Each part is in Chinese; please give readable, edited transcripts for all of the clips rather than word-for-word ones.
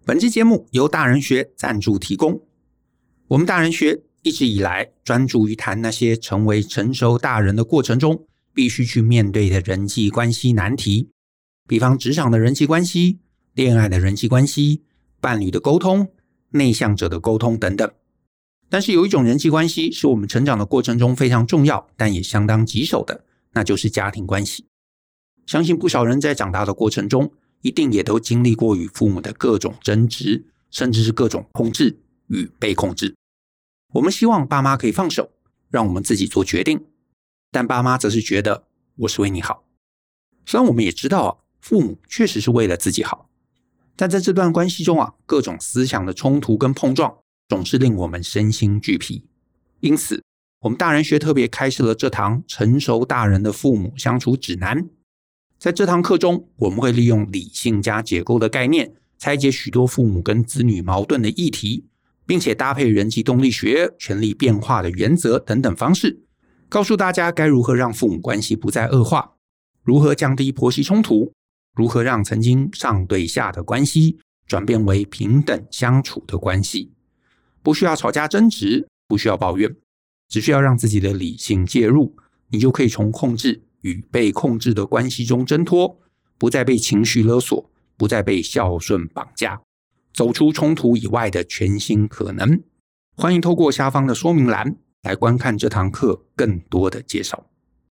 本期节目由大人学赞助提供。我们大人学一直以来专注于谈那些成为成熟大人的过程中必须去面对的人际关系难题，比方职场的人际关系、恋爱的人际关系、伴侣的沟通、内向者的沟通等等。但是有一种人际关系是我们成长的过程中非常重要，但也相当棘手的，那就是家庭关系。相信不少人在长大的过程中一定也都经历过与父母的各种争执，甚至是各种控制与被控制。我们希望爸妈可以放手，让我们自己做决定，但爸妈则是觉得我是为你好。虽然我们也知道父母确实是为了自己好，但在这段关系中各种思想的冲突跟碰撞总是令我们身心俱疲。因此我们大人学特别开设了这堂成熟大人的父母相处指南。在这堂课中，我们会利用理性加解构的概念，拆解许多父母跟子女矛盾的议题，并且搭配人际动力学、权力变化的原则等等方式，告诉大家该如何让父母关系不再恶化，如何降低婆媳冲突，如何让曾经上对下的关系转变为平等相处的关系。不需要吵架争执，不需要抱怨，只需要让自己的理性介入，你就可以从控制与被控制的关系中挣脱，不再被情绪勒索，不再被孝顺绑架，走出冲突以外的全新可能。欢迎透过下方的说明栏来观看这堂课更多的介绍。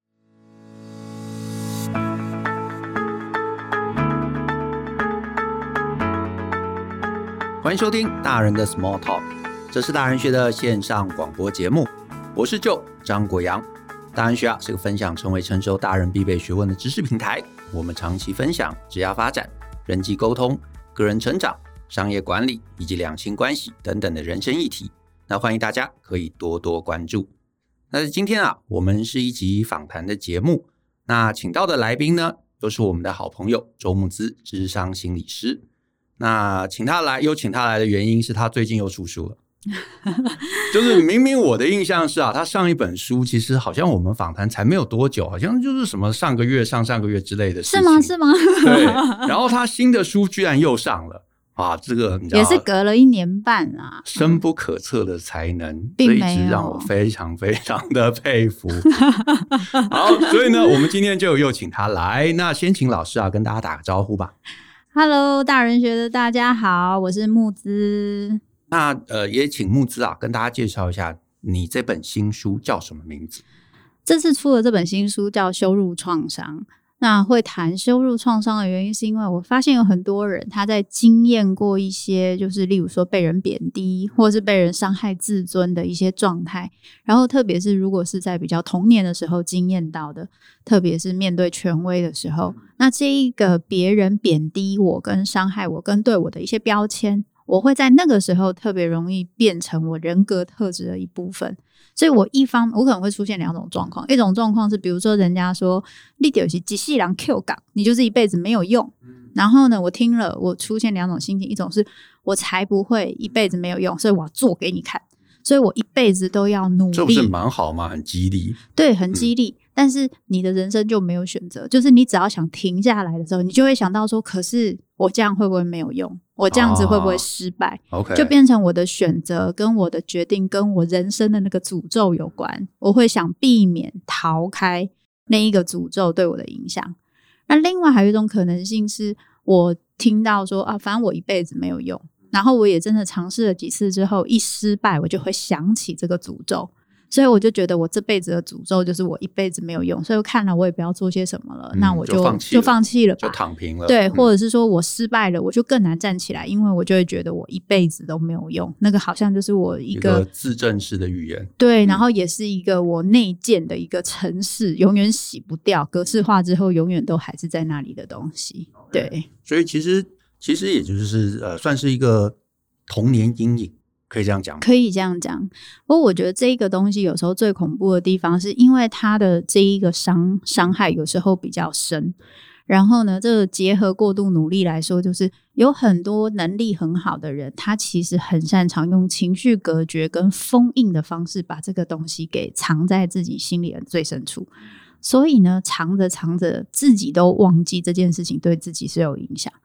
欢迎收听大人的 Small Talk， 这是大人学的线上广播节目，我是Joe张国阳。大人学是个分享成为成熟大人必备学问的知识平台，我们长期分享职业发展、人际沟通、个人成长、商业管理以及两性关系等等的人生议题。那欢迎大家可以多多关注。那今天我们是一集访谈的节目，那请到的来宾呢，都是我们的好朋友周慕姿諮商心理师。那请他来的原因是他最近又出书了。就是明明我的印象是他上一本书其实好像我们访谈才没有多久，好像就是什么上个月上个月之类的事情。 是吗？ 对，然后他新的书居然又上了这个你知道也是隔了1年半深不可测的才能， 并没有， 这一直让我非常非常的佩服。好，所以呢我们今天就又请他来，那先请老师跟大家打个招呼吧。 Hello， 大人学的大家好，我是慕姿。 那也请慕姿跟大家介绍一下你这本新书叫什么名字？ 这次出的这本新书叫羞辱创伤。那会谈羞辱创伤的原因是因为我发现有很多人他在经验过一些就是例如说被人贬低或是被人伤害自尊的一些状态，然后特别是如果是在比较童年的时候经验到的，特别是面对权威的时候，那这一个别人贬低我跟伤害我跟对我的一些标签，我会在那个时候特别容易变成我人格特质的一部分。所以我可能会出现2种状况，一种状况是比如说人家说你就是一世人 Q 港，你就是一辈子没有用，然后呢我听了我出现2种心情，一种是我才不会一辈子没有用，所以我要做给你看，所以我一辈子都要努力。 这不是蛮好吗？很激励。 对，很激励但是你的人生就没有选择，就是你只要想停下来的时候，你就会想到说可是我这样会不会没有用，我这样子会不会失败 OK， 就变成我的选择跟我的决定跟我人生的那个诅咒有关，我会想避免逃开那一个诅咒对我的影响。那另外还有一种可能性是我听到说反正我一辈子没有用，然后我也真的尝试了几次之后一失败，我就会想起这个诅咒，所以我就觉得我这辈子的诅咒就是我一辈子没有用，所以我看了我也不要做些什么了，那我就放弃了吧， 就躺平了。 对，或者是说我失败了，我就更难站起来，因为我就会觉得我一辈子都没有用，那个好像就是我一个自证式的语言。 对，然后也是一个我内建的一个程式，永远洗不掉，格式化之后永远都还是在那里的东西。对， 所以其实也就是算是一个童年阴影，可以这样讲吗？ 可以这样讲。不过我觉得这个东西有时候最恐怖的地方是因为它的这一个伤害有时候比较深，然后呢这个结合过度努力来说，就是有很多能力很好的人，他其实很擅长用情绪隔绝跟封印的方式把这个东西给藏在自己心里的最深处，所以呢藏着藏着自己都忘记这件事情对自己是有影响。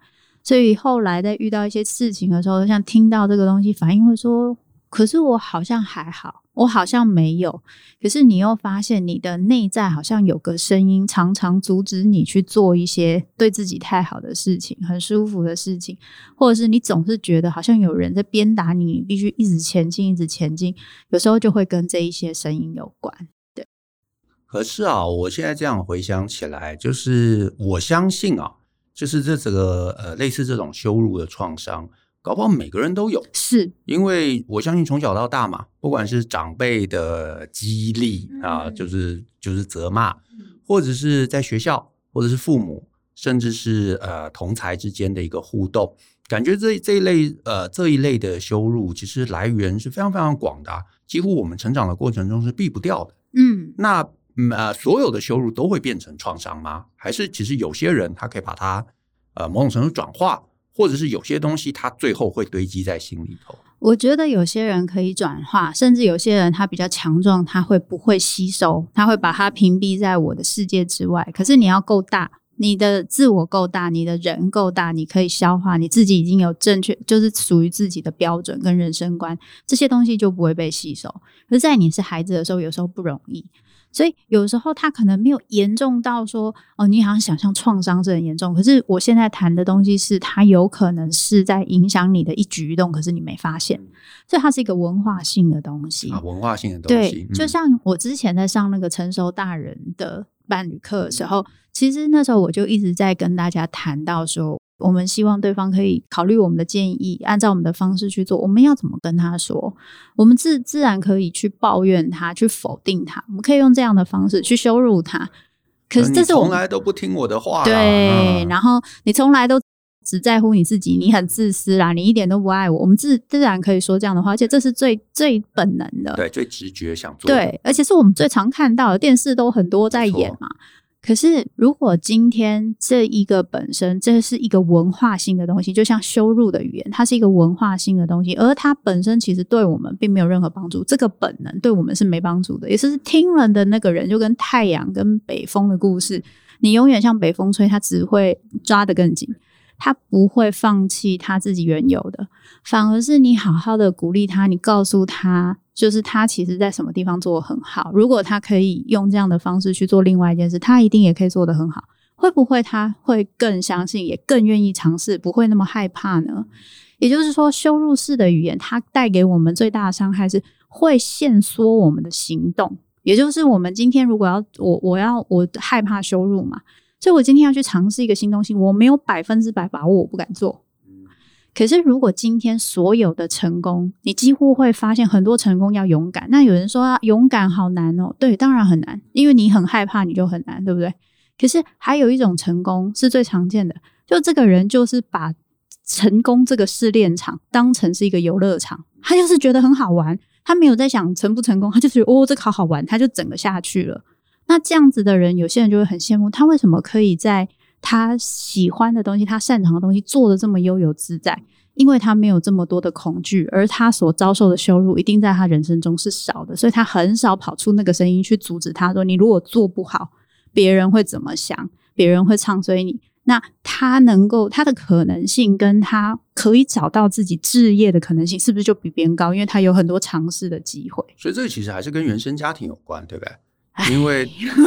所以后来在遇到一些事情的时候，像听到这个东西反应会说，可是我好像还好，我好像没有，可是你又发现你的内在好像有个声音常常阻止你去做一些对自己太好的事情，很舒服的事情，或者是你总是觉得好像有人在鞭打你，你必须一直前进一直前进，有时候就会跟这一些声音有关。对， 可是啊，我现在这样回想起来，就是我相信啊，就是这个类似这种羞辱的创伤，搞不好每个人都有， 是因为我相信从小到大嘛，不管是长辈的激励啊，就是责骂，或者是在学校，或者是父母，甚至是同侪之间的一个互动，感觉这一类的羞辱，其实来源是非常非常广的几乎我们成长的过程中是避不掉的。那所有的羞辱都会变成创伤吗？还是其实有些人他可以把它某种程度转化？或者是有些东西它最后会堆积在心里头？ 我觉得有些人可以转化，甚至有些人他比较强壮，他会不会吸收，他会把它屏蔽在我的世界之外。可是你要够大，你的自我够大，你的人够大，你可以消化，你自己已经有正确就是属于自己的标准跟人生观，这些东西就不会被吸收。可是在你是孩子的时候，有时候不容易，所以有时候他可能没有严重到说你好像想象创伤是很严重，可是我现在谈的东西是它有可能是在影响你的一举一动，可是你没发现，所以它是一个文化性的东西文化性的东西。 对，就像我之前在上那个成熟大人的伴侣课的时候，其实那时候我就一直在跟大家谈到说，我们希望对方可以考虑我们的建议，按照我们的方式去做，我们要怎么跟他说？我们自然可以去抱怨他，去否定他，我们可以用这样的方式去羞辱他。可是这是你从来都不听我的话啦， 对，然后你从来都只在乎你自己，你很自私啦，你一点都不爱我。我们自然可以说这样的话，而且这是最本能的， 对，最直觉想做的， 对，而且是我们最常看到的，电视都很多在演嘛。可是如果今天这一个本身这是一个文化性的东西，就像羞辱的语言，它是一个文化性的东西，而它本身其实对我们并没有任何帮助，这个本能对我们是没帮助的。也是听了的那个人就跟太阳跟北风的故事，你永远向北风吹，它只会抓得更紧，他不会放弃他自己原有的，反而是你好好的鼓励他，你告诉他就是他其实在什么地方做得很好，如果他可以用这样的方式去做另外一件事，他一定也可以做得很好。会不会他会更相信，也更愿意尝试，不会那么害怕呢？也就是说，羞辱式的语言它带给我们最大的伤害是会限缩我们的行动，也就是我们今天如果要我害怕羞辱嘛，所以我今天要去尝试一个新东西，我没有100%把握，我不敢做。可是如果今天所有的成功，你几乎会发现很多成功要勇敢。那有人说勇敢好难哦，对，当然很难，因为你很害怕你就很难，对不对？可是还有一种成功是最常见的，就这个人就是把成功这个试炼场当成是一个游乐场，他就是觉得很好玩，他没有在想成不成功，他就觉得这个好好玩，他就整个下去了。那这样子的人，有些人就会很羡慕他为什么可以在他喜欢的东西，他擅长的东西做得这么悠游自在，因为他没有这么多的恐惧，而他所遭受的羞辱一定在他人生中是少的，所以他很少跑出那个声音去阻止他说，你如果做不好别人会怎么想，别人会唱衰你。那他的可能性跟他可以找到自己置业的可能性是不是就比别人高，因为他有很多尝试的机会。 所以这个其实还是跟原生家庭有关，对不对？因为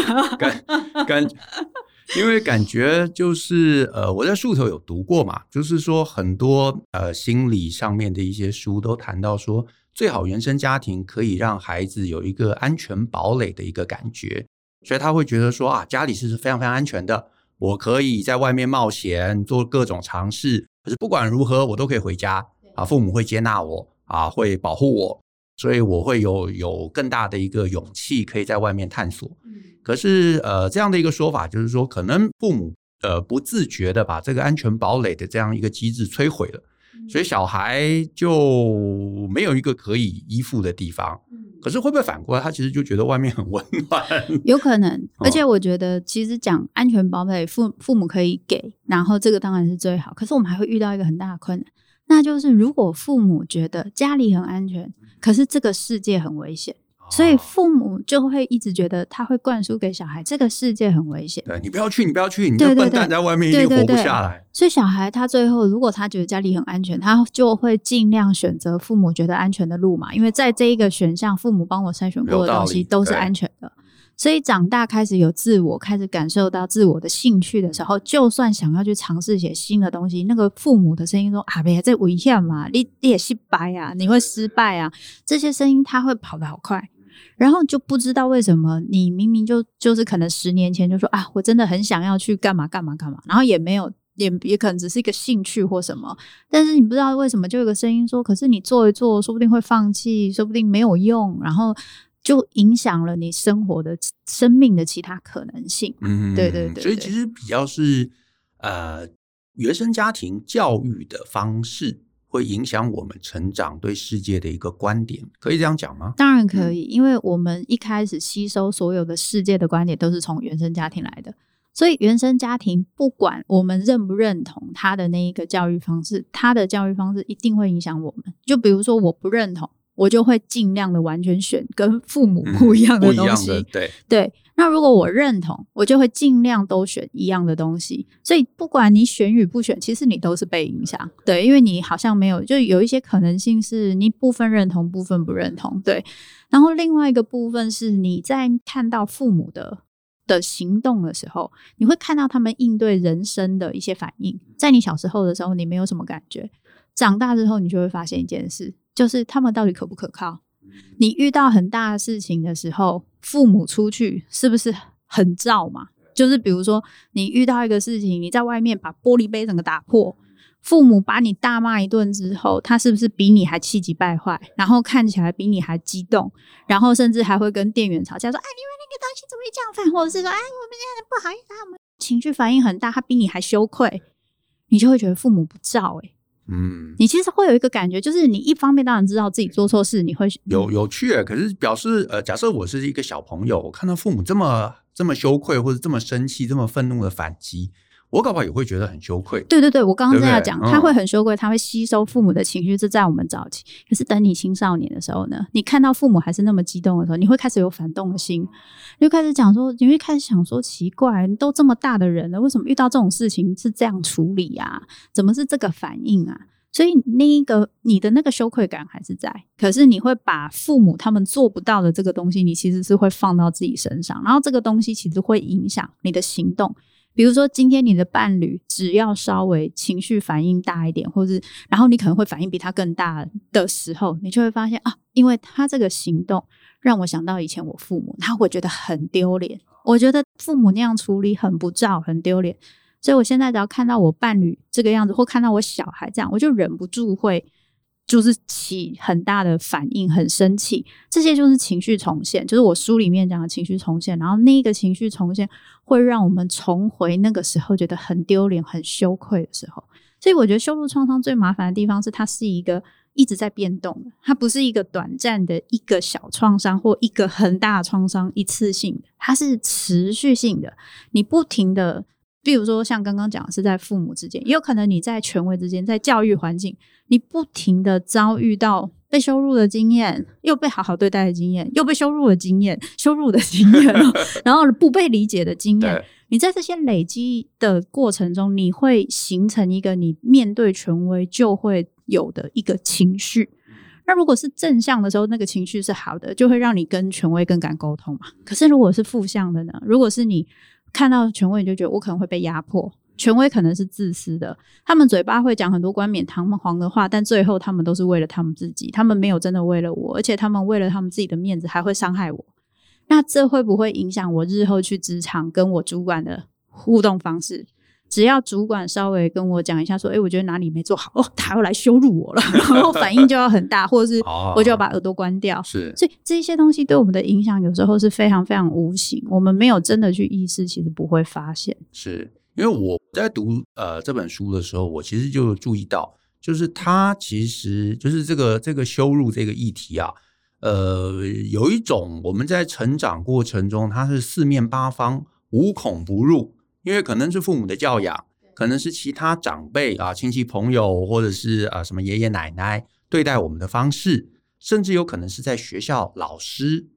因为感觉就是我在树头有读过嘛，就是说很多心理上面的一些书都谈到说，最好原生家庭可以让孩子有一个安全堡垒的一个感觉，所以他会觉得说家里是非常非常安全的，我可以在外面冒险做各种尝试，可是不管如何我都可以回家父母会接纳我会保护我，所以我会有更大的一个勇气可以在外面探索。可是这样的一个说法就是说，可能父母不自觉的把这个安全堡垒的这样一个机制摧毁了，所以小孩就没有一个可以依附的地方。可是会不会反过来，他其实就觉得外面很温暖？ 有可能，而且我觉得其实讲安全堡垒，父母可以给，然后这个当然是最好。可是我们还会遇到一个很大的困难，那就是如果父母觉得家里很安全，可是这个世界很危险， 所以父母就会一直觉得他会灌输给小孩这个世界很危险， 对，你不要去，你不要去，你这笨蛋在外面一定活不下来。 所以小孩他最后如果他觉得家里很安全，他就会尽量选择父母觉得安全的路嘛，因为在这一个选项父母帮我筛选过的东西都是安全的。所以长大开始有自我，开始感受到自我的兴趣的时候，就算想要去尝试一些新的东西，那个父母的声音说啊，别这危险嘛，你也失败啊，你会失败啊，这些声音他会跑得好快，然后就不知道为什么你明明就是可能10年前就说啊，我真的很想要去干嘛干嘛干嘛，然后也没有也可能只是一个兴趣或什么，但是你不知道为什么就有个声音说，可是你做一做说不定会放弃，说不定没有用，然后就影响了你生命的其他可能性。对对 对， 所以其实比较是原生家庭教育的方式会影响我们成长对世界的一个观点，可以这样讲吗？ 当然可以，因为我们一开始吸收所有的世界的观点都是从原生家庭来的，所以原生家庭不管我们认不认同他的那一个教育方式，他的教育方式一定会影响我们。就比如说我不认同，我就会尽量的完全选跟父母不一样的东西，对。那如果我认同，我就会尽量都选一样的东西。所以不管你选与不选，其实你都是被影响，对，因为你好像没有，就有一些可能性是你部分认同，部分不认同，对。然后另外一个部分是你在看到父母的行动的时候，你会看到他们应对人生的一些反应。在你小时候的时候，你没有什么感觉，长大之后你就会发现一件事，就是他们到底可不可靠。你遇到很大的事情的时候，父母出去是不是很燥嘛？就是比如说你遇到一个事情，你在外面把玻璃杯整个打破，父母把你大骂一顿之后，他是不是比你还气急败坏，然后看起来比你还激动，然后甚至还会跟店员吵架说，哎，你们那个东西怎么会这样放，或者是说，哎，我们现在不好意思，他们情绪反应很大，他比你还羞愧，你就会觉得父母不照。你其实会有一个感觉，就是你一方面当然知道自己做错事，你会有趣，可是表示假设我是一个小朋友，我看到父母这么羞愧或者这么生气这么愤怒的反击，我搞不好也会觉得很羞愧。 对对对，我刚刚这样讲，他会很羞愧，他会吸收父母的情绪，这在我们早期。可是等你青少年的时候呢，你看到父母还是那么激动的时候，你会开始有反动的心，你会开始讲说，你会开始想说，奇怪，都这么大的人了，为什么遇到这种事情是这样处理啊？怎么是这个反应啊？所以你的那个羞愧感还是在，可是你会把父母他们做不到的这个东西，你其实是会放到自己身上，然后这个东西其实会影响你的行动。比如说今天你的伴侣只要稍微情绪反应大一点，或是然后你可能会反应比他更大的时候，你就会发现啊，因为他这个行动让我想到以前我父母，他会觉得很丢脸，我觉得父母那样处理很不照，很丢脸，所以我现在只要看到我伴侣这个样子，或看到我小孩这样，我就忍不住会就是起很大的反应，很生气，这些就是情绪重现，就是我书里面讲的情绪重现，然后那个情绪重现会让我们重回那个时候觉得很丢脸很羞愧的时候。所以我觉得羞辱创伤最麻烦的地方是它是一个一直在变动的，它不是一个短暂的一个小创伤或一个很大的创伤一次性的，它是持续性的，你不停的，比如说像刚刚讲的是在父母之间，也有可能你在权威之间，在教育环境，你不停的遭遇到被羞辱的经验，又被好好对待的经验，又被羞辱的经验，然后不被理解的经验，你在这些累积的过程中，你会形成一个你面对权威就会有的一个情绪。那如果是正向的时候，那个情绪是好的，就会让你跟权威更敢沟通嘛。可是如果是负向的呢？如果是你看到权威你就觉得我可能会被压迫，权威可能是自私的，他们嘴巴会讲很多冠冕堂皇的话，但最后他们都是为了他们自己，他们没有真的为了我，而且他们为了他们自己的面子还会伤害我。那这会不会影响我日后去职场跟我主管的互动方式？只要主管稍微跟我讲一下说我觉得哪里没做好，他又来羞辱我了，然后反应就要很大，或者是我就要把耳朵关掉。是，所以这些东西对我们的影响有时候是非常非常无形，我们没有真的去意识，其实不会发现。 是因为我在读这本书的时候，我其实就注意到，就是它其实就是这个羞辱这个议题啊，有一种我们在成长过程中它是四面八方无孔不入，因为可能是父母的教养，可能是其他长辈啊、亲戚朋友，或者是什么爷爷奶奶对待我们的方式，甚至有可能是在学校老师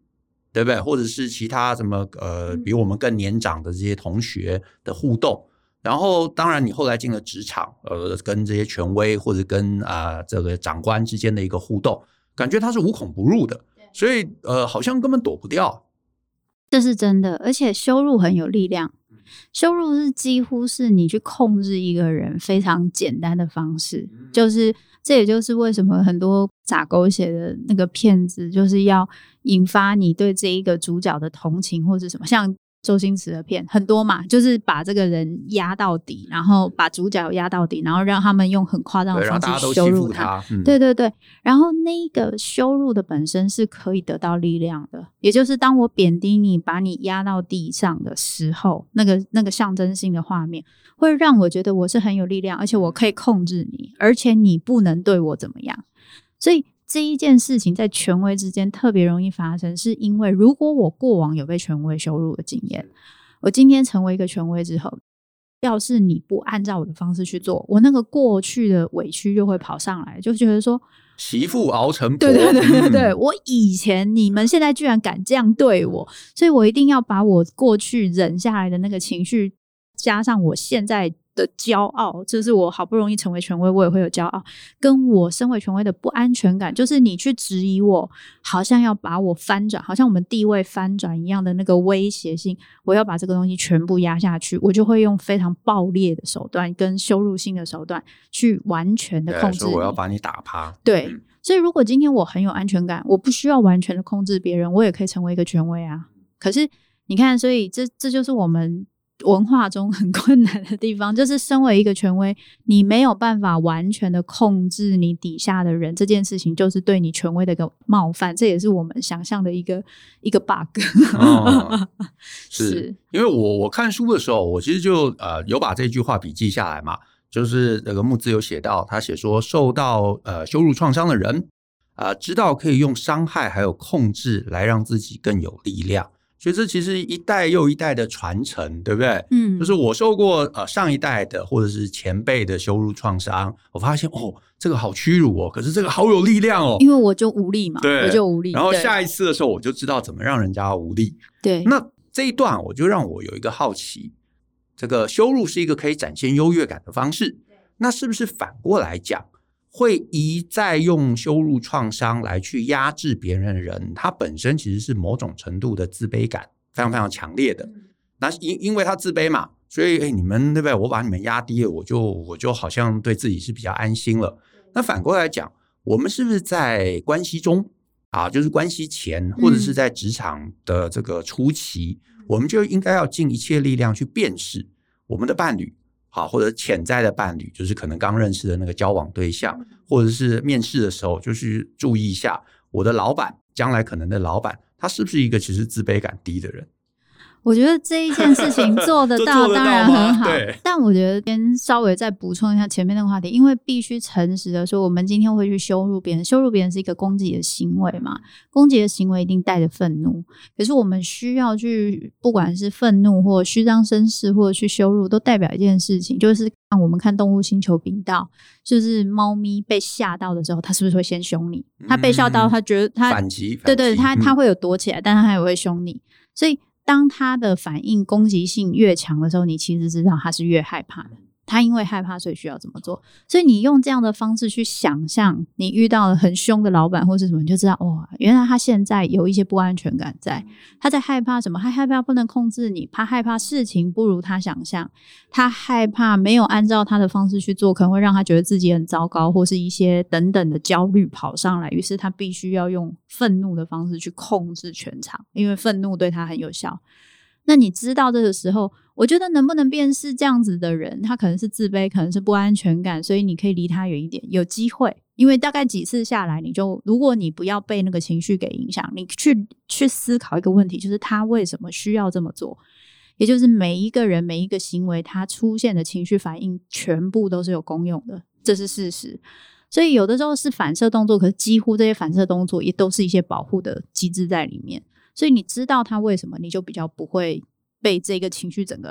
对不对？或者是其他什么比我们更年长的这些同学的互动。然后当然你后来进了职场，跟这些权威或者跟这个长官之间的一个互动，感觉它是无孔不入的，所以好像根本躲不掉。 这是真的，而且羞辱很有力量。羞辱是几乎是你去控制一个人非常简单的方式，就是这也就是为什么很多撒狗血的那个骗子就是要引发你对这一个主角的同情或是什么，像周星驰的片很多嘛，就是把这个人压到底，然后把主角压到底，然后让他们用很夸张的方式羞辱他。对对对，然后那个羞辱的本身是可以得到力量的，也就是当我贬低你，把你压到地上的时候，那个象征性的画面会让我觉得我是很有力量，而且我可以控制你，而且你不能对我怎么样。所以这一件事情在权威之间特别容易发生，是因为如果我过往有被权威羞辱的经验，我今天成为一个权威之后，要是你不按照我的方式去做，我那个过去的委屈就会跑上来，就觉得说媳妇熬成婆。 对对对对对，我以前你们现在居然敢这样对我，所以我一定要把我过去忍下来的那个情绪加上我现在的骄傲，就是我好不容易成为权威，我也会有骄傲，跟我身为权威的不安全感，就是你去质疑我，好像要把我翻转，好像我们地位翻转一样的那个威胁性，我要把这个东西全部压下去，我就会用非常暴烈的手段跟羞辱性的手段去完全的控制你， 所以我要把你打趴。 对，所以如果今天我很有安全感，我不需要完全的控制别人，我也可以成为一个权威啊。可是你看，所以这就是我们文化中很困难的地方，就是身为一个权威，你没有办法完全的控制你底下的人，这件事情就是对你权威的一个冒犯，这也是我们想象的一个 bug。 是因为我看书的时候，我其实就有把这句话笔记下来嘛，就是这个穆兹有写到，他写说受到羞辱创伤的人知道可以用伤害还有控制来让自己更有力量。所以这其实一代又一代的传承，对不对？就是我受过上一代的或者是前辈的羞辱创伤，我发现这个好屈辱哦，可是这个好有力量哦， 因为我就无力嘛， 对， 我就无力。 然后下一次的时候，我就知道怎么让人家无力。 对， 那这一段我就让我有一个好奇，这个羞辱是一个可以展现优越感的方式，那是不是反过来讲？会一再用羞辱创伤来去压制别人的人，他本身其实是某种程度的自卑感非常非常强烈的。那因为他自卑嘛，所以你们对不对？我把你们压低了，我就好像对自己是比较安心了。那反过来讲，我们是不是在关系中就是关系前或者是在职场的这个初期，我们就应该要尽一切力量去辨识我们的伴侣或者潜在的伴侣，就是可能刚认识的那个交往对象，或者是面试的时候，就是注意一下我的老板，将来可能的老板，他是不是一个其实自卑感低的人。 我觉得这一件事情做得到当然很好，但我觉得先稍微再补充一下前面那个话题，因为必须诚实的说，我们今天会去羞辱别人，羞辱别人是一个攻击的行为嘛，攻击的行为一定带着愤怒，可是我们需要去不管是愤怒或虚张声势或者去羞辱，都代表一件事情，就是我们看动物星球频道，就是猫咪被吓到的时候，它是不是会先凶你？它被吓到，它觉得它反击， 对对，它会有躲起来，但它也会凶你，所以当他的反应攻击性越强的时候，你其实知道他是越害怕的，他因为害怕所以需要怎么做，所以你用这样的方式去想象你遇到了很凶的老板或是什么，你就知道原来他现在有一些不安全感在，他在害怕什么？他害怕不能控制你，他害怕事情不如他想象，他害怕没有按照他的方式去做可能会让他觉得自己很糟糕，或是一些等等的焦虑跑上来，于是他必须要用愤怒的方式去控制全场，因为愤怒对他很有效。那你知道这个时候，我觉得能不能辨识这样子的人，他可能是自卑，可能是不安全感，所以你可以离他远一点，有机会，因为大概几次下来，如果你不要被那个情绪给影响，你去思考一个问题，就是他为什么需要这么做，也就是每一个人每一个行为他出现的情绪反应全部都是有功用的，这是事实。所以有的时候是反射动作，可是几乎这些反射动作也都是一些保护的机制在里面，所以你知道他为什么，你就比较不会被这个情绪整个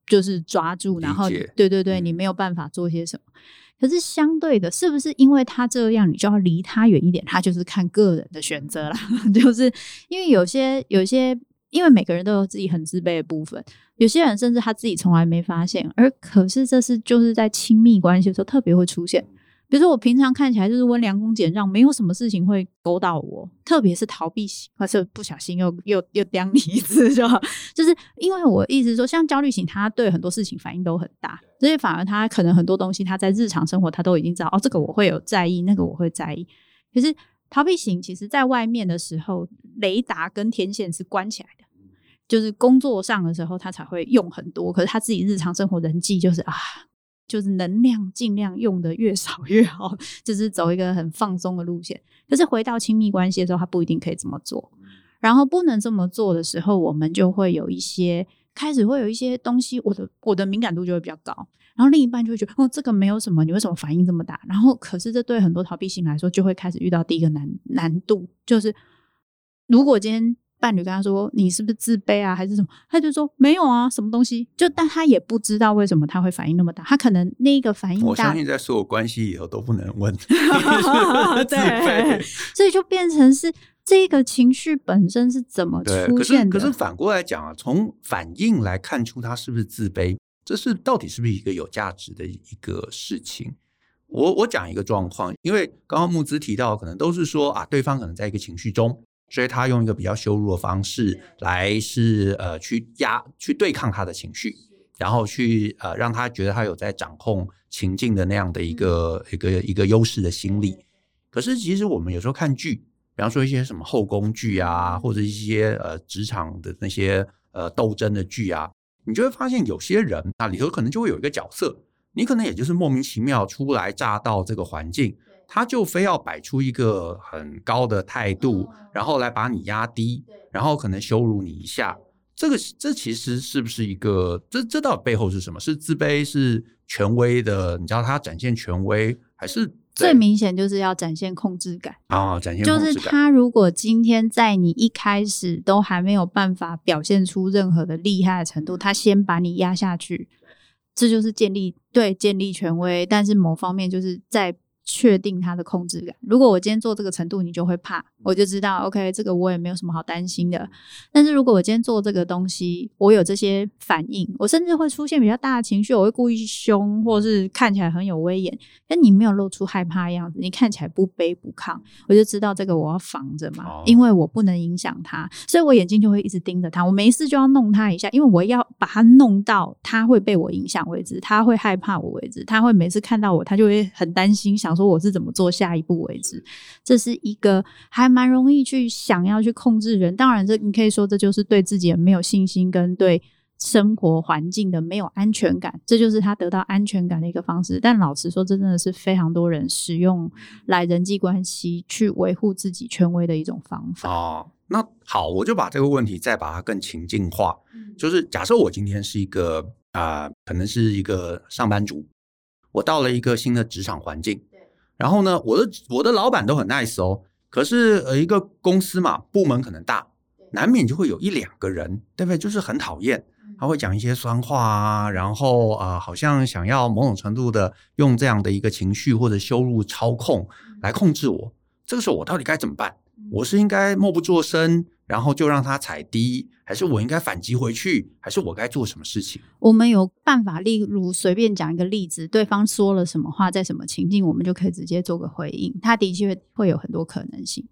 就是抓住，然后对对对，你没有办法做些什么。可是相对的，是不是因为他这样，你就要离他远一点？他就是看个人的选择啦，就是因为有些，因为每个人都有自己很自卑的部分，有些人甚至他自己从来没发现，可是这是就是在亲密关系的时候特别会出现。比如说我平常看起来就是温良恭俭让，没有什么事情会勾到我，特别是逃避型，或是不小心又刁你一次就好。就是因为我意思说，像焦虑型，他对很多事情反应都很大，所以反而他可能很多东西他在日常生活他都已经知道，哦，这个我会有在意，那个我会在意。可是逃避型其实在外面的时候，雷达跟天线是关起来的，就是工作上的时候他才会用很多，可是他自己日常生活人际就是能量尽量用的越少越好，就是走一个很放松的路线。可是回到亲密关系的时候，他不一定可以这么做。然后不能这么做的时候，我们就会开始会有一些东西，我的敏感度就会比较高，然后另一半就会觉得哦，这个没有什么，你为什么反应这么大？然后可是这对很多逃避型来说，就会开始遇到第一个难度，就是如果今天伴侣跟他说你是不是自卑啊还是什么，他就说没有啊，什么东西，但他也不知道为什么他会反应那么大，他可能那个反应大， 我相信在所有关系里头都不能问对，所以就变成是这个情绪本身是怎么出现的。 可是反过来讲啊，从反应来看出他是不是自卑，这到底是不是一个有价值的一个事情。我讲一个状况，因为刚刚慕姿提到可能都是说啊，对方可能在一个情绪中，所以他用一个比较羞辱的方式来去对抗他的情绪，然后去让他觉得他有在掌控情境的那样的一个优势的心理。可是其实我们有时候看剧，比方说一些什么后宫剧啊，或者一些职场的那些斗争的剧啊，你就会发现有些人那里头可能就会有一个角色，你可能也就是莫名其妙初来乍到这个环境，他就非要摆出一个很高的态度，然后来把你压低，然后可能羞辱你一下。这其实是不是一个这到底背后是什么？是自卑，是权威的？你知道他展现权威，还是最明显就是要展现控制感啊？展现控制感， 就是他如果今天在你一开始都还没有办法表现出任何的厉害的程度，他先把你压下去，这就是建立权威，但是某方面就是在确定他的控制感。如果我今天做这个程度你就会怕，我就知道 OK 这个我也没有什么好担心的。但是如果我今天做这个东西，我有这些反应，我甚至会出现比较大的情绪，我会故意凶，或是看起来很有威严，但你没有露出害怕的样子，你看起来不卑不亢，我就知道这个我要防着嘛，因为我不能影响他，所以我眼睛就会一直盯着他，我没事就要弄他一下，因为我要把他弄到他会被我影响为止，他会害怕我为止，他会每次看到我他就会很担心，想说我是怎么做下一步为止。这是一个还蛮容易去想要去控制人，当然你可以说这就是对自己没有信心跟对生活环境的没有安全感，这就是他得到安全感的一个方式。但老实说这真的是非常多人使用来人际关系去维护自己权威的一种方法。 那好，我就把这个问题再把它更情境化，就是假设我今天是一个可能是一个上班族，我到了一个新的职场环境，然后呢我的老板都很 nice 哦，可是一个公司嘛，部门可能大，难免就会有一两个人，对不对？就是很讨厌，他会讲一些酸话啊，然后好像想要某种程度的用这样的一个情绪或者羞辱操控来控制我。这个时候我到底该怎么办？我是应该默不作声，然后就让他踩低，还是我应该反击回去，还是我该做什么事情？ 我们有办法，例如随便讲一个例子，对方说了什么话，在什么情境，我们就可以直接做个回应，他的确会有很多可能性。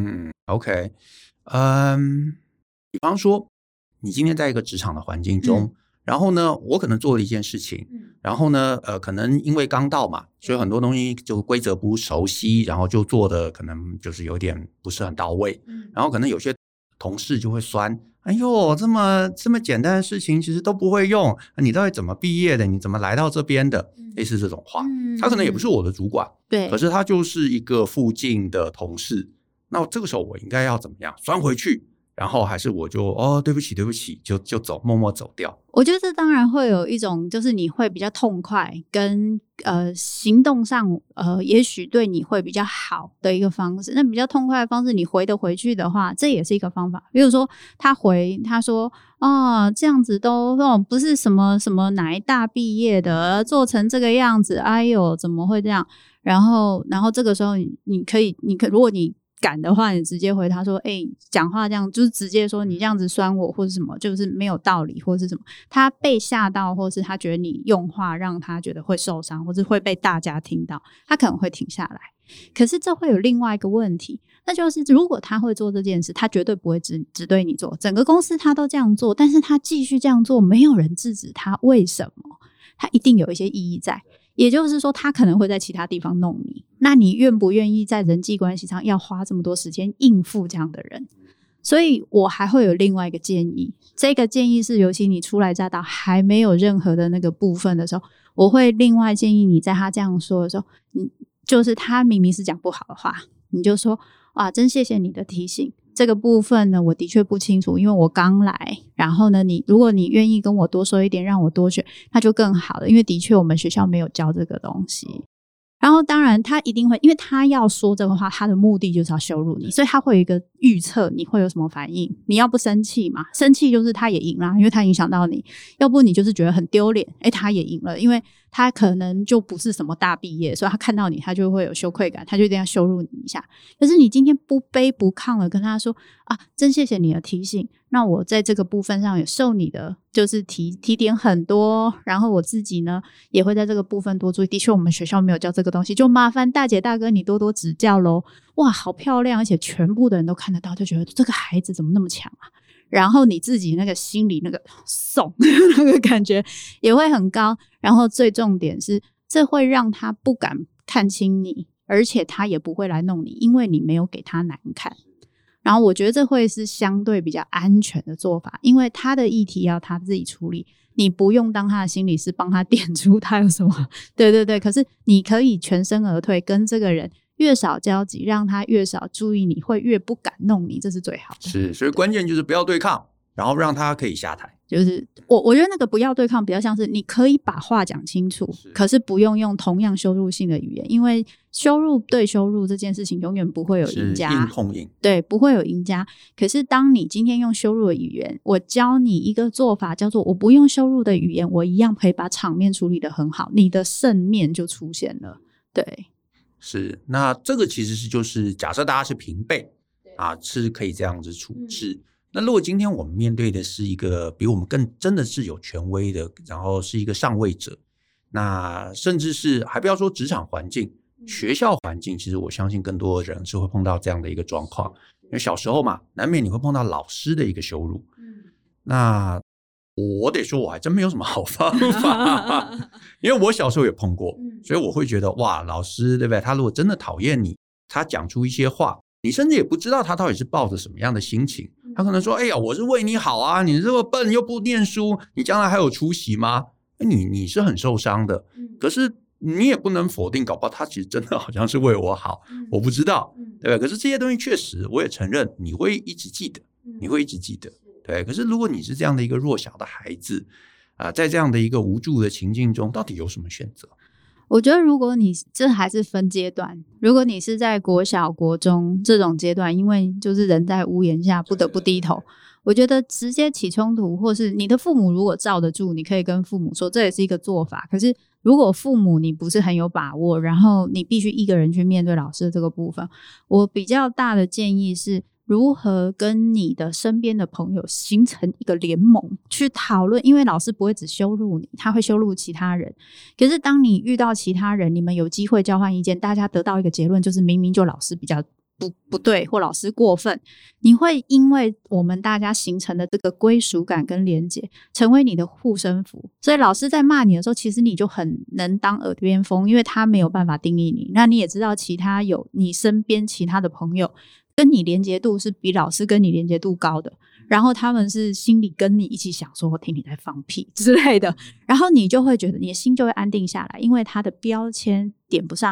OK， 比方说你今天在一个职场的环境中，然后呢我可能做了一件事情，然后呢可能因为刚到嘛，所以很多东西就规则不熟悉，然后就做的可能就是有点不是很到位，然后可能有些同事就会酸，哎呦这么简单的事情其实都不会用，你到底怎么毕业的，你怎么来到这边的，类似这种话。他可能也不是我的主管， 对， 可是他就是一个附近的同事，那这个时候我应该要怎么样酸回去， 然后还是我就对不起对不起就走，默默走掉？ 我觉得这当然会有一种就是你会比较痛快跟行动上也许对你会比较好的一个方式。那比较痛快的方式你回得回去的话，这也是一个方法。比如说他说这样子都不是什么什么哪一大毕业的做成这个样子，哎呦怎么会这样。然后这个时候你可以如果你敢的话，你直接回他说讲话这样就是直接说你这样子酸我或是什么，就是没有道理或是什么。他被吓到或是他觉得你用话让他觉得会受伤或是会被大家听到，他可能会停下来。可是这会有另外一个问题，那就是如果他会做这件事，他绝对不会只对你做，整个公司他都这样做，但是他继续这样做，没有人制止他，为什么？他一定有一些意义在，也就是说他可能会在其他地方弄你，那你愿不愿意在人际关系上要花这么多时间应付这样的人？所以我还会有另外一个建议，这个建议是尤其你初来乍到还没有任何的那个部分的时候，我会另外建议你在他这样说的时候，就是他明明是讲不好的话，你就说真谢谢你的提醒，这个部分呢我的确不清楚，因为我刚来，然后呢如果你愿意跟我多说一点让我多学，那就更好了，因为的确我们学校没有教这个东西。然后当然他一定会，因为他要说这个话，他的目的就是要羞辱你，所以他会有一个预测你会有什么反应。你要不生气嘛，生气就是他也赢啦，因为他影响到你。要不你就是觉得很丢脸，他也赢了，因为他可能就不是什么大毕业，所以他看到你他就会有羞愧感，他就一定要羞辱你一下。可是你今天不卑不亢了跟他说真谢谢你的提醒，那我在这个部分上也受你的就是提点很多，然后我自己呢也会在这个部分多注意，的确我们学校没有教这个东西，就麻烦大姐大哥你多多指教咯。哇好漂亮，而且全部的人都看得到，就觉得这个孩子怎么那么强啊，然后你自己那个心里那个送那个感觉也会很高，然后最重点是这会让他不敢看清你，而且他也不会来弄你，因为你没有给他难看。然后我觉得这会是相对比较安全的做法，因为他的议题要他自己处理，你不用当他的心理师帮他点出他有什么对，可是你可以全身而退，跟这个人越少交集，让他越少注意你，会越不敢弄你，这是最好的。 是，所以关键就是不要对抗，然后让他可以下台。 就是我觉得那个不要对抗比较像是你可以把话讲清楚，可是不用用同样羞辱性的语言，因为羞辱对羞辱这件事情永远不会有赢家， 是硬碰硬， 对，不会有赢家。可是当你今天用羞辱的语言，我教你一个做法叫做我不用羞辱的语言，我一样可以把场面处理得很好，你的胜面就出现了。对， 是，那这个其实是就是假设大家是平辈是可以这样子处置。那如果今天我们面对的是一个比我们更真的是有权威的，然后是一个上位者，那甚至是还不要说职场环境，学校环境，其实我相信更多人是会碰到这样的一个状况。因为小时候嘛，难免你会碰到老师的一个羞辱。那我得说我还真没有什么好方法因为我小时候也碰过，所以我会觉得哇，老师对不对，他如果真的讨厌你，他讲出一些话，你甚至也不知道他到底是抱着什么样的心情，他可能说我是为你好啊，你这么笨又不念书，你将来还有出息吗？你是很受伤的，可是你也不能否定，搞不好他其实真的好像是为我好，我不知道，对吧？可是这些东西确实我也承认你会一直记得，对。可是如果你是这样的一个弱小的孩子在这样的一个无助的情境中，到底有什么选择？ 我觉得如果你这还是分阶段，如果你是在国小国中这种阶段，因为就是人在屋檐下不得不低头，我觉得直接起冲突，或是你的父母如果罩得住，你可以跟父母说，这也是一个做法。可是如果父母你不是很有把握，然后你必须一个人去面对老师的这个部分，我比较大的建议是如何跟你的身边的朋友形成一个联盟去讨论，因为老师不会只羞辱你，他会羞辱其他人。可是当你遇到其他人，你们有机会交换意见，大家得到一个结论，就是明明就老师比较不对，或老师过分，你会因为我们大家形成的这个归属感跟连结，成为你的护身符。所以老师在骂你的时候，其实你就很能当耳边风，因为他没有办法定义你。那你也知道其他有你身边其他的朋友跟你连结度是比老师跟你连结度高的，然后他们是心里跟你一起想说我听你在放屁之类的，然后你就会觉得你的心就会安定下来，因为他的标签点不上来，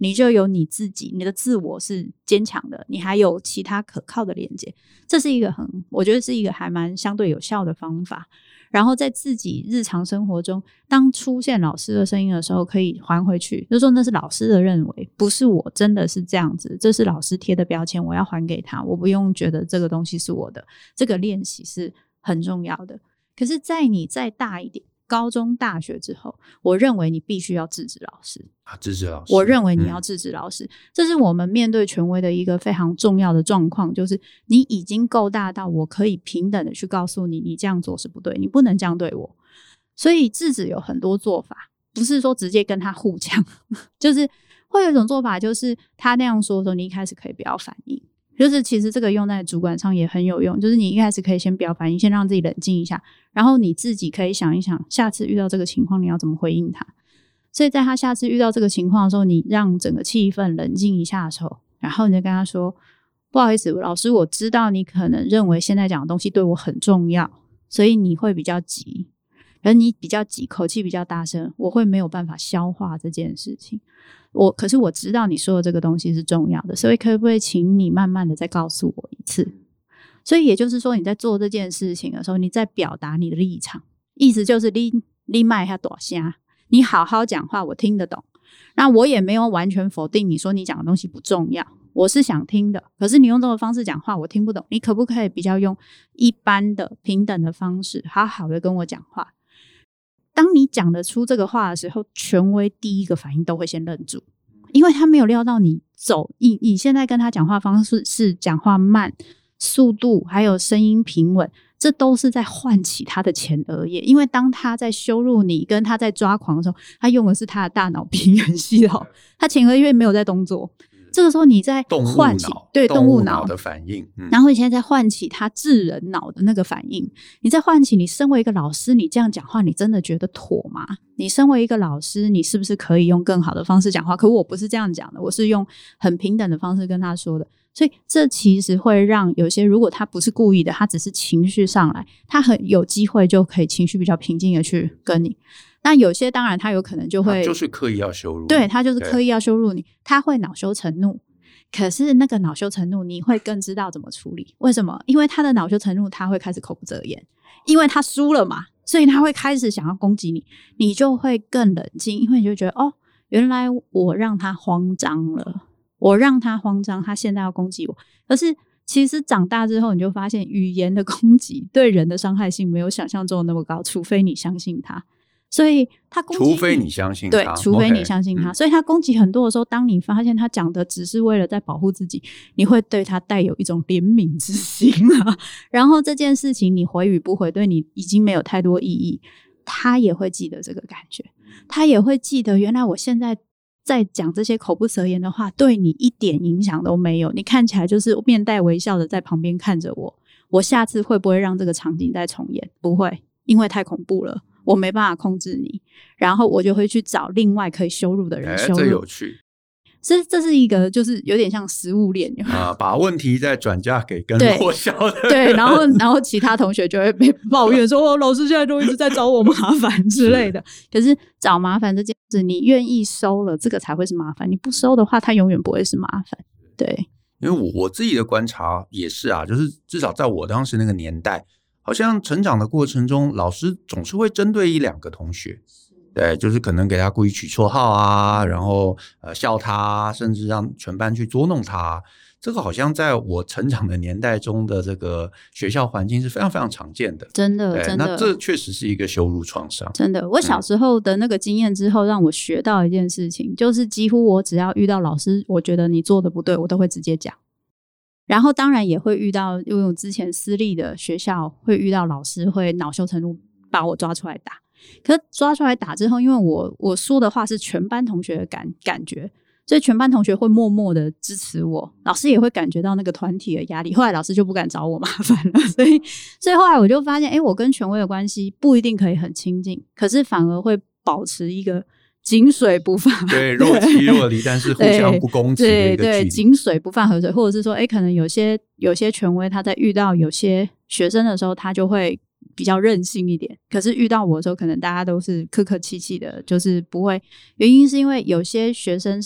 你就有你自己，你的自我是坚强的，你还有其他可靠的连接，这是一个我觉得是一个还蛮相对有效的方法。然后在自己日常生活中，当出现老师的声音的时候，可以还回去，就是说那是老师的认为，不是我真的是这样子，这是老师贴的标签，我要还给他，我不用觉得这个东西是我的。这个练习是很重要的。可是在你再大一点，高中大学之后，我认为你必须要制止老师制止老师， 我认为你要制止老师，这是我们面对权威的一个非常重要的状况，就是你已经够大到我可以平等的去告诉你，你这样做是不对，你不能这样对我。所以制止有很多做法，不是说直接跟他互呛就是会有一种做法，就是他那样说的时候，你一开始可以不要反应，就是其实这个用在主管上也很有用，就是你一开始可以先不要反应，先让自己冷静一下，然后你自己可以想一想下次遇到这个情况你要怎么回应他。所以在他下次遇到这个情况的时候，你让整个气氛冷静一下的时候，然后你就跟他说，不好意思老师，我知道你可能认为现在讲的东西对我很重要，所以你会比较急，而你比较急，口气比较大声，我会没有办法消化这件事情。可是我知道你说的这个东西是重要的，所以可不可以请你慢慢的再告诉我一次。所以也就是说，你在做这件事情的时候，你在表达你的立场，意思就是你卖下大声，你好好讲话我听得懂，那我也没有完全否定你说你讲的东西不重要，我是想听的，可是你用这种方式讲话我听不懂，你可不可以比较用一般的平等的方式好好的跟我讲话。当你讲得出这个话的时候，权威第一个反应都会先愣住，因为他没有料到你你现在跟他讲话方式是讲话慢，速度还有声音平稳，这都是在唤起他的前额叶。因为当他在羞辱你跟他在抓狂的时候，他用的是他的大脑边缘系统，他前额叶没有在动作，这个时候你在唤起动物脑的反应， 然后你现在在唤起他智人脑的那个反应，你在唤起你身为一个老师，你这样讲话你真的觉得妥吗？你身为一个老师，你是不是可以用更好的方式讲话？可我不是这样讲的，我是用很平等的方式跟他说的。所以这其实会让有些如果他不是故意的，他只是情绪上来，他很有机会就可以情绪比较平静的去跟你。那有些当然他有可能就会就是刻意要羞辱你， 对，他就是刻意要羞辱你，他会恼羞成怒。可是那个恼羞成怒你会更知道怎么处理，为什么？因为他的恼羞成怒他会开始口不择言，因为他输了嘛，所以他会开始想要攻击你，你就会更冷静，因为你就觉得原来我让他慌张了，我让他慌张，他现在要攻击我。可是其实长大之后你就发现语言的攻击对人的伤害性没有想象中那么高，除非你相信他。所以他攻击你， 除非你相信他， 对，除非你相信他。所以他攻击很多的时候，当你发现他讲的只是为了在保护自己，你会对他带有一种怜悯之心然后这件事情你回与不回对你已经没有太多意义，他也会记得这个感觉，他也会记得原来我现在在讲这些口不择言的话对你一点影响都没有，你看起来就是面带微笑的在旁边看着我，我下次会不会让这个场景再重演？不会，因为太恐怖了，我没办法控制你，然后我就会去找另外可以羞辱的人羞辱。 这有趣， 这是一个就是有点像食物链把问题再转嫁给更弱小的人， 对，然后其他同学就会被抱怨说老师现在都一直在找我麻烦之类的。可是找麻烦这件事你愿意收了，这个才会是麻烦，你不收的话它永远不会是麻烦。对， 因为我自己的观察也是就是至少在我当时那个年代，好像成长的过程中老师总是会针对一两个同学，对，就是可能给他故意取绰号然后笑他，甚至让全班去捉弄他。这个好像在我成长的年代中的这个学校环境是非常非常常见的， 真的真的。 那这确实是一个羞辱创伤， 真的。我小时候的那个经验之后让我学到一件事情，就是几乎我只要遇到老师我觉得你做的不对，我都会直接讲。然后当然也会遇到，因为我之前私立的学校会遇到老师会恼羞成怒把我抓出来打，可是抓出来打之后，因为我说的话是全班同学的感觉，所以全班同学会默默的支持我，老师也会感觉到那个团体的压力，后来老师就不敢找我麻烦了。所以后来我就发现我跟权威的关系不一定可以很亲近，可是反而会保持一个井水不犯， 对，若即若离，但是互相不攻击的一个距离。 对，井水不犯河水，或者是说可能有些权威他在遇到有些学生的时候他就会比较任性一点，可是遇到我的时候可能大家都是客客气气的，就是不会。原因是因为有些学生是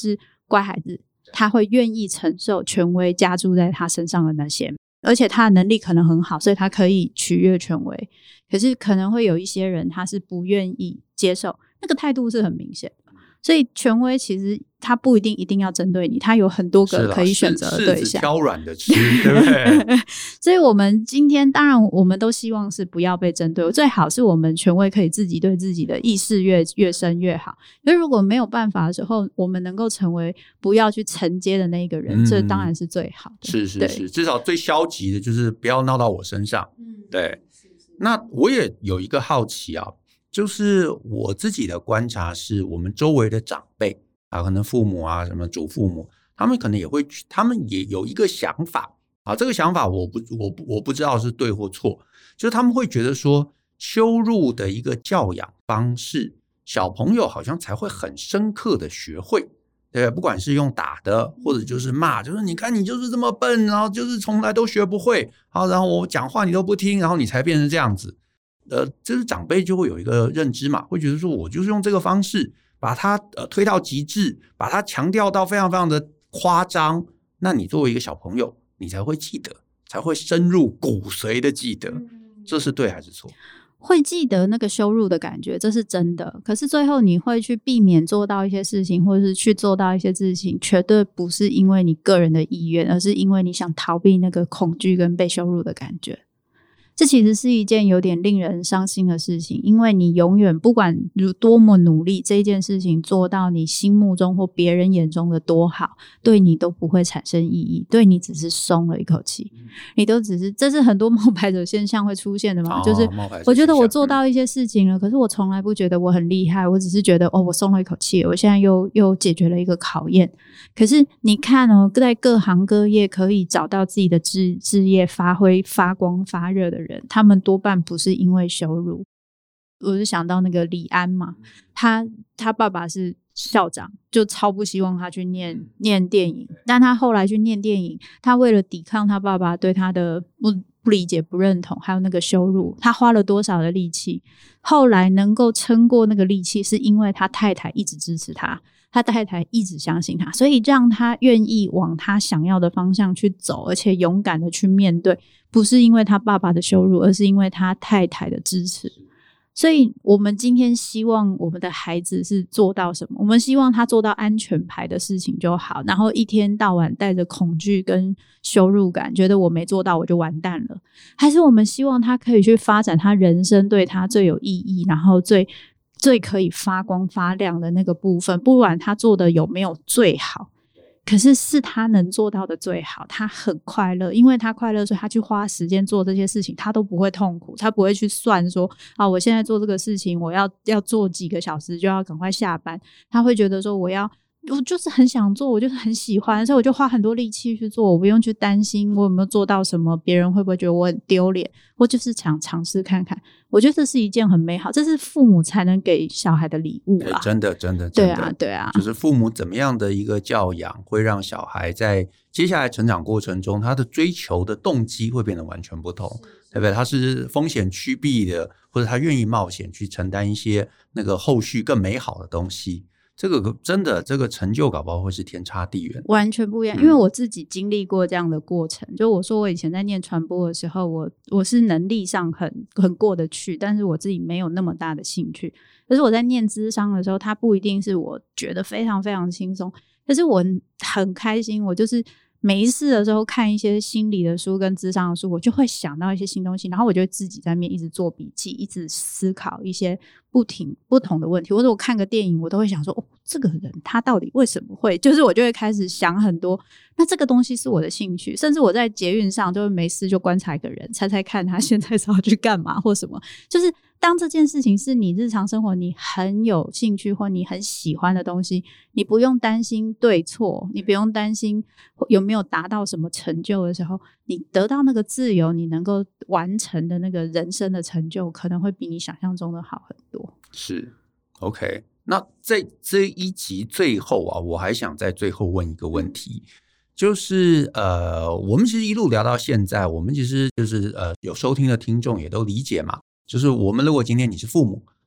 乖孩子，他会愿意承受权威加注在他身上的那些，而且他的能力可能很好，所以他可以取悦权威。可是可能会有一些人他是不愿意接受，那个态度是很明显的。所以权威其实他不一定要针对你，他有很多个可以选择的对象， 挑软的吃，对不对？ 所以我们今天当然我们都希望是不要被针对，最好是我们权威可以自己对自己的意识越深越好。可是如果没有办法的时候，我们能够成为不要去承接的那一个人，这当然是最好的。 是，至少最消极的就是不要闹到我身上。对。那我也有一个好奇啊，就是我自己的观察是，我们周围的长辈啊，可能父母啊，什么祖父母，他们可能他们也有一个想法啊，这个想法我不知道是对或错，就是他们会觉得说，羞辱的一个教养方式，小朋友好像才会很深刻的学会。对，不管是用打的，或者就是骂，就是你看你就是这么笨，然后就是从来都学不会，然后我讲话你都不听，然后你才变成这样子。就是长辈就会有一个认知嘛，会觉得说我就是用这个方式把它推到极致，把它强调到非常非常的夸张，那你作为一个小朋友，你才会记得，才会深入骨髓的记得，这是对还是错？ 会记得那个羞辱的感觉，这是真的。可是最后你会去避免做到一些事情，或者是去做到一些事情，绝对不是因为你个人的意愿，而是因为你想逃避那个恐惧跟被羞辱的感觉。这其实是一件有点令人伤心的事情，因为你永远不管多么努力，这件事情做到你心目中或别人眼中的多好，对你都不会产生意义，对你只是松了一口气。你都只是，这是很多冒牌者现象会出现的嘛，就是我觉得我做到一些事情了，可是我从来不觉得我很厉害，我只是觉得我松了一口气，我现在又解决了一个考验。可是你看在各行各业可以找到自己的志业发挥发光发热的人，他们多半不是因为羞辱。我就想到那个李安嘛，他爸爸是校长，就超不希望他去念电影，但他后来去念电影，他为了抵抗他爸爸对他的不理解、不认同，还有那个羞辱，他花了多少的力气，后来能够撑过那个力气，是因为他太太一直支持他，他太太一直相信他，所以让他愿意往他想要的方向去走，而且勇敢的去面对，不是因为他爸爸的羞辱，而是因为他太太的支持。所以我们今天希望我们的孩子是做到什么？我们希望他做到安全牌的事情就好，然后一天到晚带着恐惧跟羞辱感，觉得我没做到我就完蛋了。还是我们希望他可以去发展他人生对他最有意义，然后最可以发光发亮的那个部分，不管他做的有没有最好，可是是他能做到的最好，他很快乐，因为他快乐，所以他去花时间做这些事情，他都不会痛苦，他不会去算说我现在做这个事情我要做几个小时就要赶快下班，他会觉得说我就是很想做，我就是很喜欢，所以我就花很多力气去做，我不用去担心我有没有做到什么，别人会不会觉得我很丢脸，我就是想尝试看看。我觉得这是一件很美好，这是父母才能给小孩的礼物啦。 真的对啊， 就是父母怎么样的一个教养，会让小孩在接下来成长过程中，他的追求的动机会变得完全不同，对不对？他是风险趋避的，或者他愿意冒险去承担一些那个后续更美好的东西。这个真的，这个成就搞不好会是天差地远， 完全不一样。因为我自己经历过这样的过程，就我说我以前在念传播的时候，我是能力上很过得去，但是我自己没有那么大的兴趣。可是我在念諮商的时候，它不一定是我觉得非常非常轻松，可是我很开心，我就是没事的时候看一些心理的书跟諮商的书，我就会想到一些新东西，然后我就会自己在那边一直做笔记，一直思考一些不同的问题，或者我看个电影我都会想说这个人他到底为什么会，就是我就会开始想很多，那这个东西是我的兴趣，甚至我在捷运上就会没事就观察一个人，猜猜看他现在是要去干嘛或什么，就是当这件事情是你日常生活你很有兴趣或你很喜欢的东西，你不用担心对错，你不用担心有没有达到什么成就的时候，你得到那个自由，你能够完成的那个人生的成就可能会比你想象中的好很多。 是 OK。 那在这一集最后啊，我还想在最后问一个问题，就是我们其实一路聊到现在，我们其实就是有收听的听众也都理解嘛，就是我们如果今天你是父母，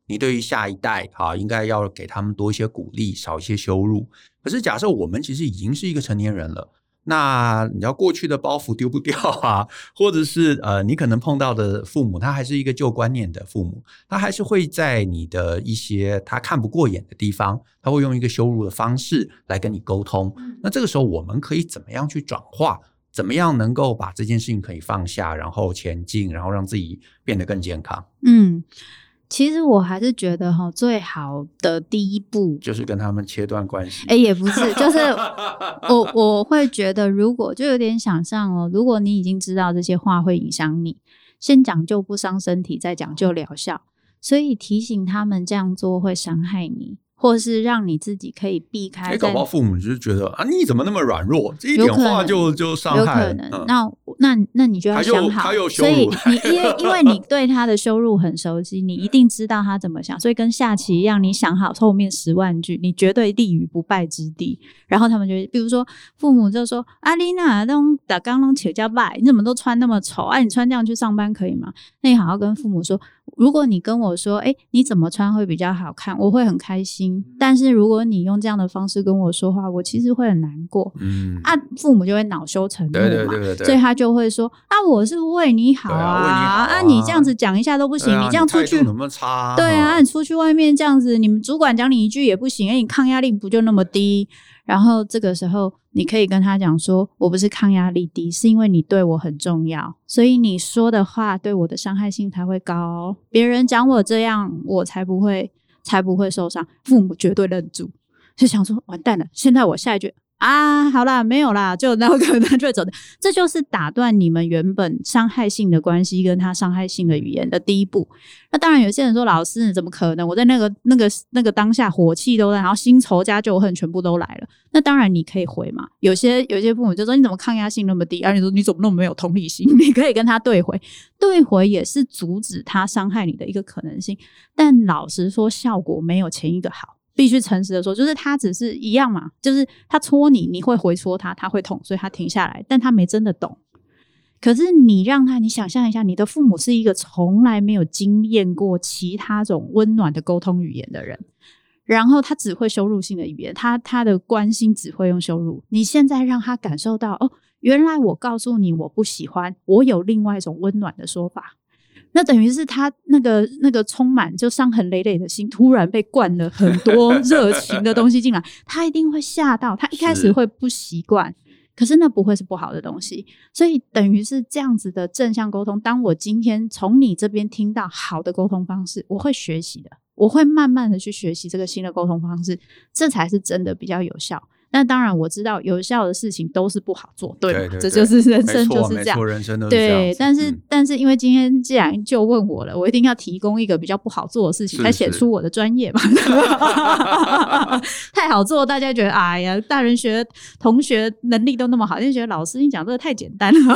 你对于下一代应该要给他们多一些鼓励，少一些羞辱。可是假设我们其实已经是一个成年人了，那你要过去的包袱丢不掉啊？或者是你可能碰到的父母他还是一个旧观念的父母，他还是会在你的一些他看不过眼的地方，他会用一个羞辱的方式来跟你沟通。那这个时候我们可以怎么样去转化，怎么样能够把这件事情可以放下，然后前进，然后让自己变得更健康？ 其实我还是觉得最好的第一步就是跟他们切断关系。 也不是，就是我会觉得，如果就有点想象如果你已经知道这些话会影响你，先讲究不伤身体，再讲究疗效，所以提醒他们这样做会伤害你，或是让你自己可以避开。 搞不好父母就是觉得你怎么那么软弱，这一点话就伤害。 有可能。那你就要想好， 他又羞所以辱因为你对他的羞辱很熟悉，你一定知道他怎么想，所以跟下棋一样，你想好后面10万句，你绝对立于不败之地。然后他们就比如说父母就说你哪都打刚刚起叫败，你怎么都穿那么丑你穿这样去上班可以吗？那你好好跟父母说，如果你跟我说你怎么穿会比较好看，我会很开心，但是如果你用这样的方式跟我说话，我其实会很难过。父母就会恼羞成怒嘛。 对， 所以他就会说我是为你好你这样子讲一下都不行，你这样出去态度怎么差？ 对你出去外面这样子，你们主管讲你一句也不行，你抗压力不就那么低？然后这个时候你可以跟他讲说，我不是抗压力低，是因为你对我很重要，所以你说的话对我的伤害性才会高，别人讲我这样我才不会受伤。父母绝对愣住，就想说完蛋了，现在我下一句好啦没有啦，就那个他就会走的。这就是打断你们原本伤害性的关系跟他伤害性的语言的第一步。那当然有些人说，老师怎么可能，我在那个当下火气都在，然后新仇加旧恨全部都来了。那当然你可以回嘛，有些父母就说你怎么抗压性那么低，你说你怎么那么没有同理心，你可以跟他对回也是阻止他伤害你的一个可能性，但老实说效果没有前一个好，必须诚实的说，就是他只是一样嘛，就是他戳你，你会回戳他，他会痛，所以他停下来，但他没真的懂。可是你让他，你想象一下，你的父母是一个从来没有经验过其他种温暖的沟通语言的人，然后他只会羞辱性的语言，他的关心只会用羞辱。你现在让他感受到原来我告诉你我不喜欢，我有另外一种温暖的说法，那等于是他那个充满就伤痕累累的心突然被灌了很多热情的东西进来，他一定会吓到，他一开始会不习惯，可是那不会是不好的东西。所以等于是这样子的正向沟通，当我今天从你这边听到好的沟通方式，我会学习的，我会慢慢的去学习这个新的沟通方式，这才是真的比较有效。但当然我知道有效的事情都是不好做，对吗？ 对， 这就是人生就是这样， 没错，人生都是这样。 对，但是因为今天既然就问我了，我一定要提供一个比较不好做的事情，才显出我的专业嘛。太好做，大家觉得哎呀，大人学同学能力都那么好，就觉得老师你讲这个太简单了。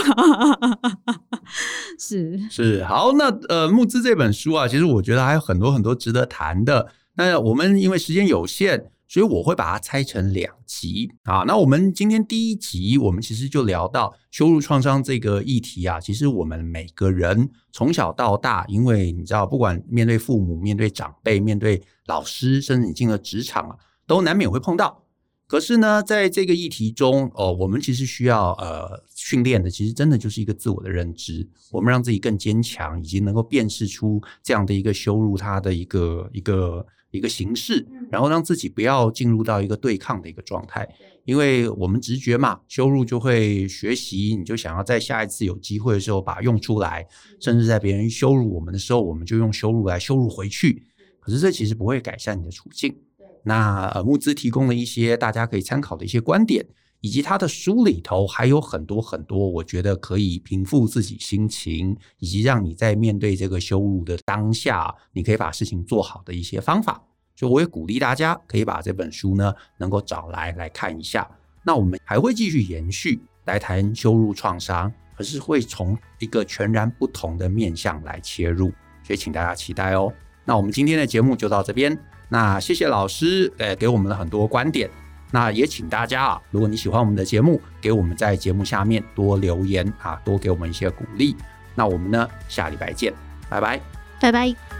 是好，那募资这本书啊，其实我觉得还有很多很多值得谈的。那我们因为时间有限，所以我会把它拆成2集啊。那我们今天第1集，我们其实就聊到羞辱创伤这个议题啊。其实我们每个人从小到大，因为你知道，不管面对父母、面对长辈、面对老师，甚至你进了职场啊，都难免会碰到。可是呢，在这个议题中，我们其实需要训练的，其实真的就是一个自我的认知，我们让自己更坚强，以及能够辨识出这样的一个羞辱它的一个形式，然后让自己不要进入到一个对抗的一个状态。因为我们直觉嘛，羞辱就会学习，你就想要在下一次有机会的时候把它用出来，甚至在别人羞辱我们的时候，我们就用羞辱来羞辱回去。可是这其实不会改善你的处境。那募资提供了一些大家可以参考的一些观点，以及他的书里头还有很多很多我觉得可以平复自己心情，以及让你在面对这个羞辱的当下，你可以把事情做好的一些方法。所以我也鼓励大家可以把这本书呢能够找来看一下。那我们还会继续延续来谈羞辱创伤，可是会从一个全然不同的面向来切入，所以请大家期待哦。那我们今天的节目就到这边，那谢谢老师给我们了很多观点。那也请大家如果你喜欢我们的节目，给我们在节目下面多留言多给我们一些鼓励。那我们呢下礼拜见，拜拜， 拜拜。